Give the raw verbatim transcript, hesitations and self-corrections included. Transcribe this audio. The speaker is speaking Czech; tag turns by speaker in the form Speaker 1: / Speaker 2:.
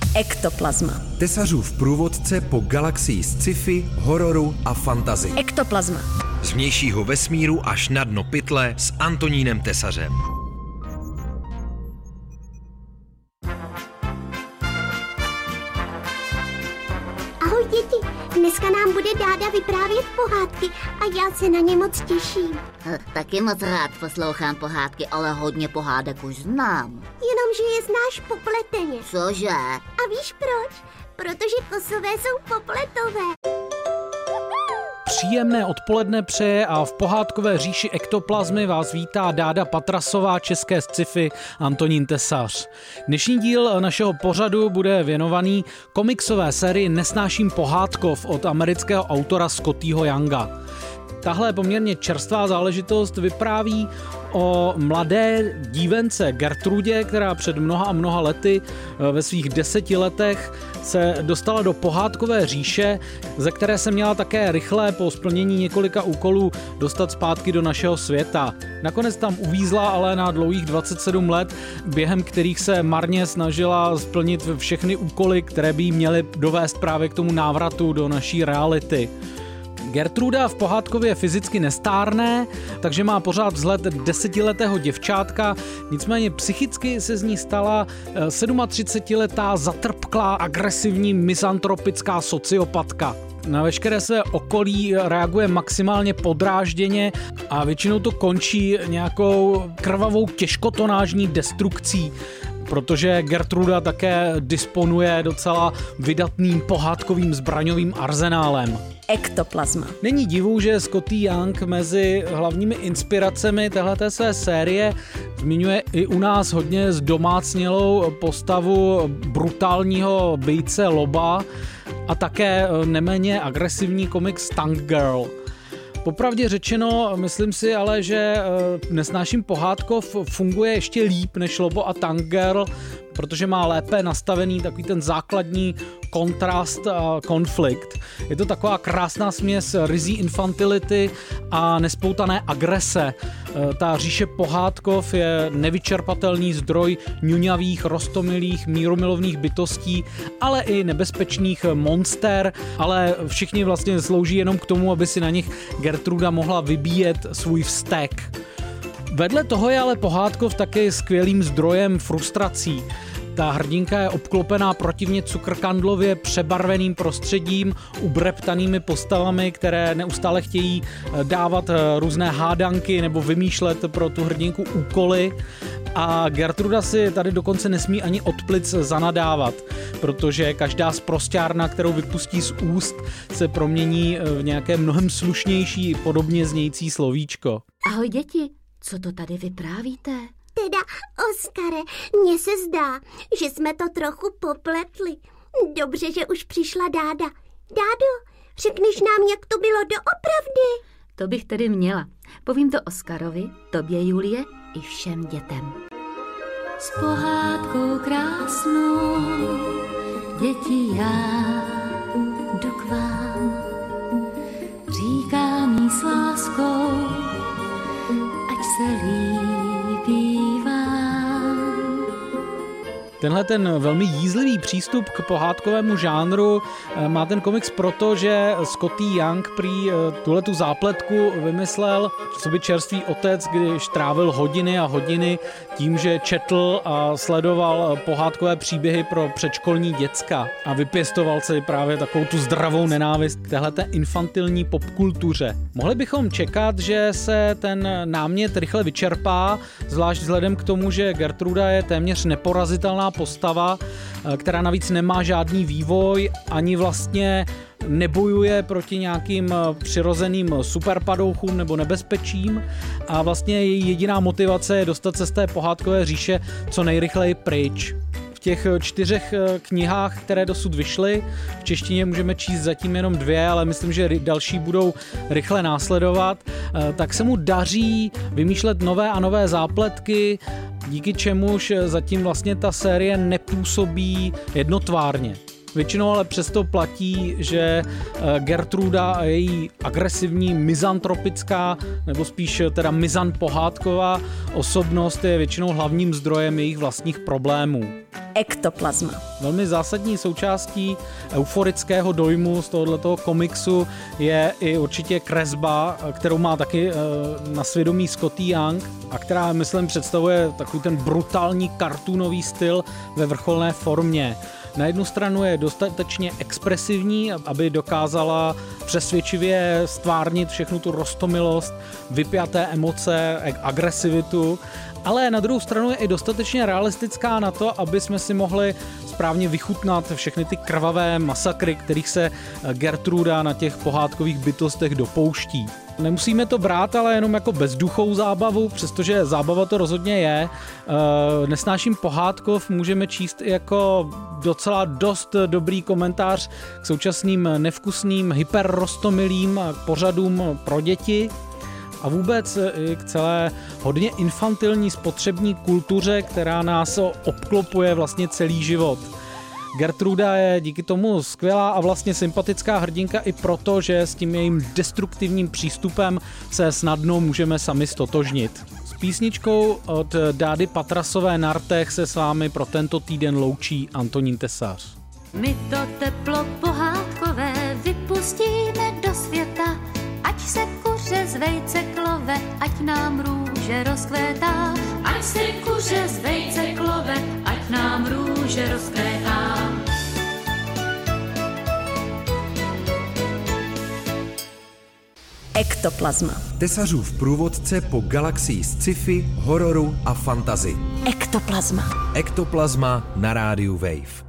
Speaker 1: Ektoplazma.
Speaker 2: Tesařův průvodce po galaxii sci-fi, hororu a fantasy.
Speaker 1: Ektoplazma.
Speaker 2: Z vnějšího vesmíru až na dno pytle s Antonínem Tesařem.
Speaker 3: Ahoj děti, dneska nám bude Dáda vyprávět pohádky a já se na ně moc těším.
Speaker 4: Taky moc rád poslouchám pohádky, ale hodně pohádek už znám.
Speaker 3: Jenomže je znáš popleteně.
Speaker 4: Cože?
Speaker 3: A víš proč? Protože kosové jsou popletové.
Speaker 5: Příjemné odpoledne přeje a v pohádkové říši Ektoplazmy vás vítá Dáda Patrasová, české sci-fi Antonín Tesař. Dnešní díl našeho pořadu bude věnovaný komiksové sérii Nesnáším pohádkov od amerického autora Scottyho Younga. Tahle poměrně čerstvá záležitost vypráví o mladé dívence Gertrudě, která před mnoha a mnoha lety ve svých deseti letech se dostala do pohádkové říše, ze které se měla také rychle po splnění několika úkolů dostat zpátky do našeho světa. Nakonec tam uvízla ale na dlouhých dvacet sedm let, během kterých se marně snažila splnit všechny úkoly, které by jí měly dovést právě k tomu návratu do naší reality. Gertruda v pohádkově fyzicky nestárne, takže má pořád vzhled desetiletého děvčátka, nicméně psychicky se z ní stala sedmatřicetiletá zatrpklá, agresivní, mizantropická sociopatka. Na veškeré své okolí reaguje maximálně podrážděně a většinou to končí nějakou krvavou těžkotonážní destrukcí, protože Gertruda také disponuje docela vydatným pohádkovým zbraňovým arzenálem.
Speaker 1: Ektoplazma.
Speaker 5: Není divu, že Scotty Young mezi hlavními inspiracemi téhleté své série zmiňuje i u nás hodně zdomácnělou postavu brutálního bejce Loba a také neméně agresivní komiks Tank Girl. Popravdě řečeno, myslím si ale, že Nesnáším pohádkov funguje ještě líp než Lobo a Tank Girl, protože má lépe nastavený takový ten základní kontrast a konflikt. Je to taková krásná směs ryzí infantility a nespoutané agrese. Ta říše pohádkov je nevyčerpatelný zdroj ňuňavých, roztomilých, mírumilovných bytostí, ale i nebezpečných monster, ale všichni vlastně slouží jenom k tomu, aby si na nich Gertruda mohla vybíjet svůj vztek. Vedle toho je ale pohádkov taky skvělým zdrojem frustrací. Ta hrdinka je obklopená protivně cukrkandlově přebarveným prostředím, ubreptanými postavami, které neustále chtějí dávat různé hádanky nebo vymýšlet pro tu hrdinku úkoly. A Gertruda si tady dokonce nesmí ani od plic zanadávat, protože každá sprosťárna, kterou vypustí z úst, se promění v nějaké mnohem slušnější, podobně znějící slovíčko.
Speaker 4: Ahoj děti, co to tady vyprávíte?
Speaker 3: Teda, Oskare, mně se zdá, že jsme to trochu popletli. Dobře, že už přišla Dáda. Dádo, řekneš nám, jak to bylo doopravdy?
Speaker 4: To bych tedy měla. Povím to Oskarovi, tobě, Julie, i všem dětem. S pohádkou krásnou, děti, já jdu k vám. Říkám jí s láskou, ať se líbí vám.
Speaker 5: Tenhle ten velmi jízlivý přístup k pohádkovému žánru má ten komiks proto, že Scotty Young prý tuhletu zápletku vymyslel coby čerstvý otec, když trávil hodiny a hodiny tím, že četl a sledoval pohádkové příběhy pro předškolní děcka a vypěstoval si právě takovou tu zdravou nenávist k téhleté infantilní popkultuře. Mohli bychom čekat, že se ten námět rychle vyčerpá, zvlášť vzhledem k tomu, že Gertruda je téměř neporazitelná postava, která navíc nemá žádný vývoj, ani vlastně nebojuje proti nějakým přirozeným superpadouchům nebo nebezpečím a vlastně její jediná motivace je dostat se z té pohádkové říše co nejrychleji pryč. V těch čtyřech knihách, které dosud vyšly, v češtině můžeme číst zatím jenom dvě, ale myslím, že další budou rychle následovat, tak se mu daří vymýšlet nové a nové zápletky, díky čemuž zatím vlastně ta série nepůsobí jednotvárně. Většinou ale přesto platí, že Gertruda a její agresivní mizantropická, nebo spíš teda mizantpohádková osobnost je většinou hlavním zdrojem jejich vlastních problémů.
Speaker 1: Ektoplazma.
Speaker 5: Velmi zásadní součástí euforického dojmu z tohoto komiksu je i určitě kresba, kterou má taky na svědomí Scotty Young a která, myslím, představuje takový ten brutální kartoonový styl ve vrcholné formě. Na jednu stranu je dostatečně expresivní, aby dokázala přesvědčivě stvárnit všechnu tu roztomilost, vypjaté emoce, agresivitu, ale na druhou stranu je i dostatečně realistická na to, aby jsme si mohli správně vychutnat všechny ty krvavé masakry, kterých se Gertruda na těch pohádkových bytostech dopouští. Nemusíme to brát ale jenom jako bezduchou zábavu, přestože zábava to rozhodně je. Nesnáším pohádkov můžeme číst i jako docela dost dobrý komentář k současným nevkusným, hyperrostomilým pořadům pro děti a vůbec i k celé hodně infantilní spotřební kultuře, která nás obklopuje vlastně celý život. Gertruda je díky tomu skvělá a vlastně sympatická hrdinka i proto, že s tím jejím destruktivním přístupem se snadno můžeme sami stotožnit. S písničkou od Dády Patrasové Nartech se s vámi pro tento týden loučí Antonín Tesař.
Speaker 4: My to teplo pohádkové vypustíme do světa, ať se kuře z vejce klove, ať nám růže rozkvétá. Ať se kuře z vejce klove, ať nám růže rozkvétá.
Speaker 1: Ektoplazma.
Speaker 2: Tesařův průvodce po galaxii sci-fi, hororu a fantasy.
Speaker 1: Ektoplazma.
Speaker 2: Ektoplazma na rádiu Wave.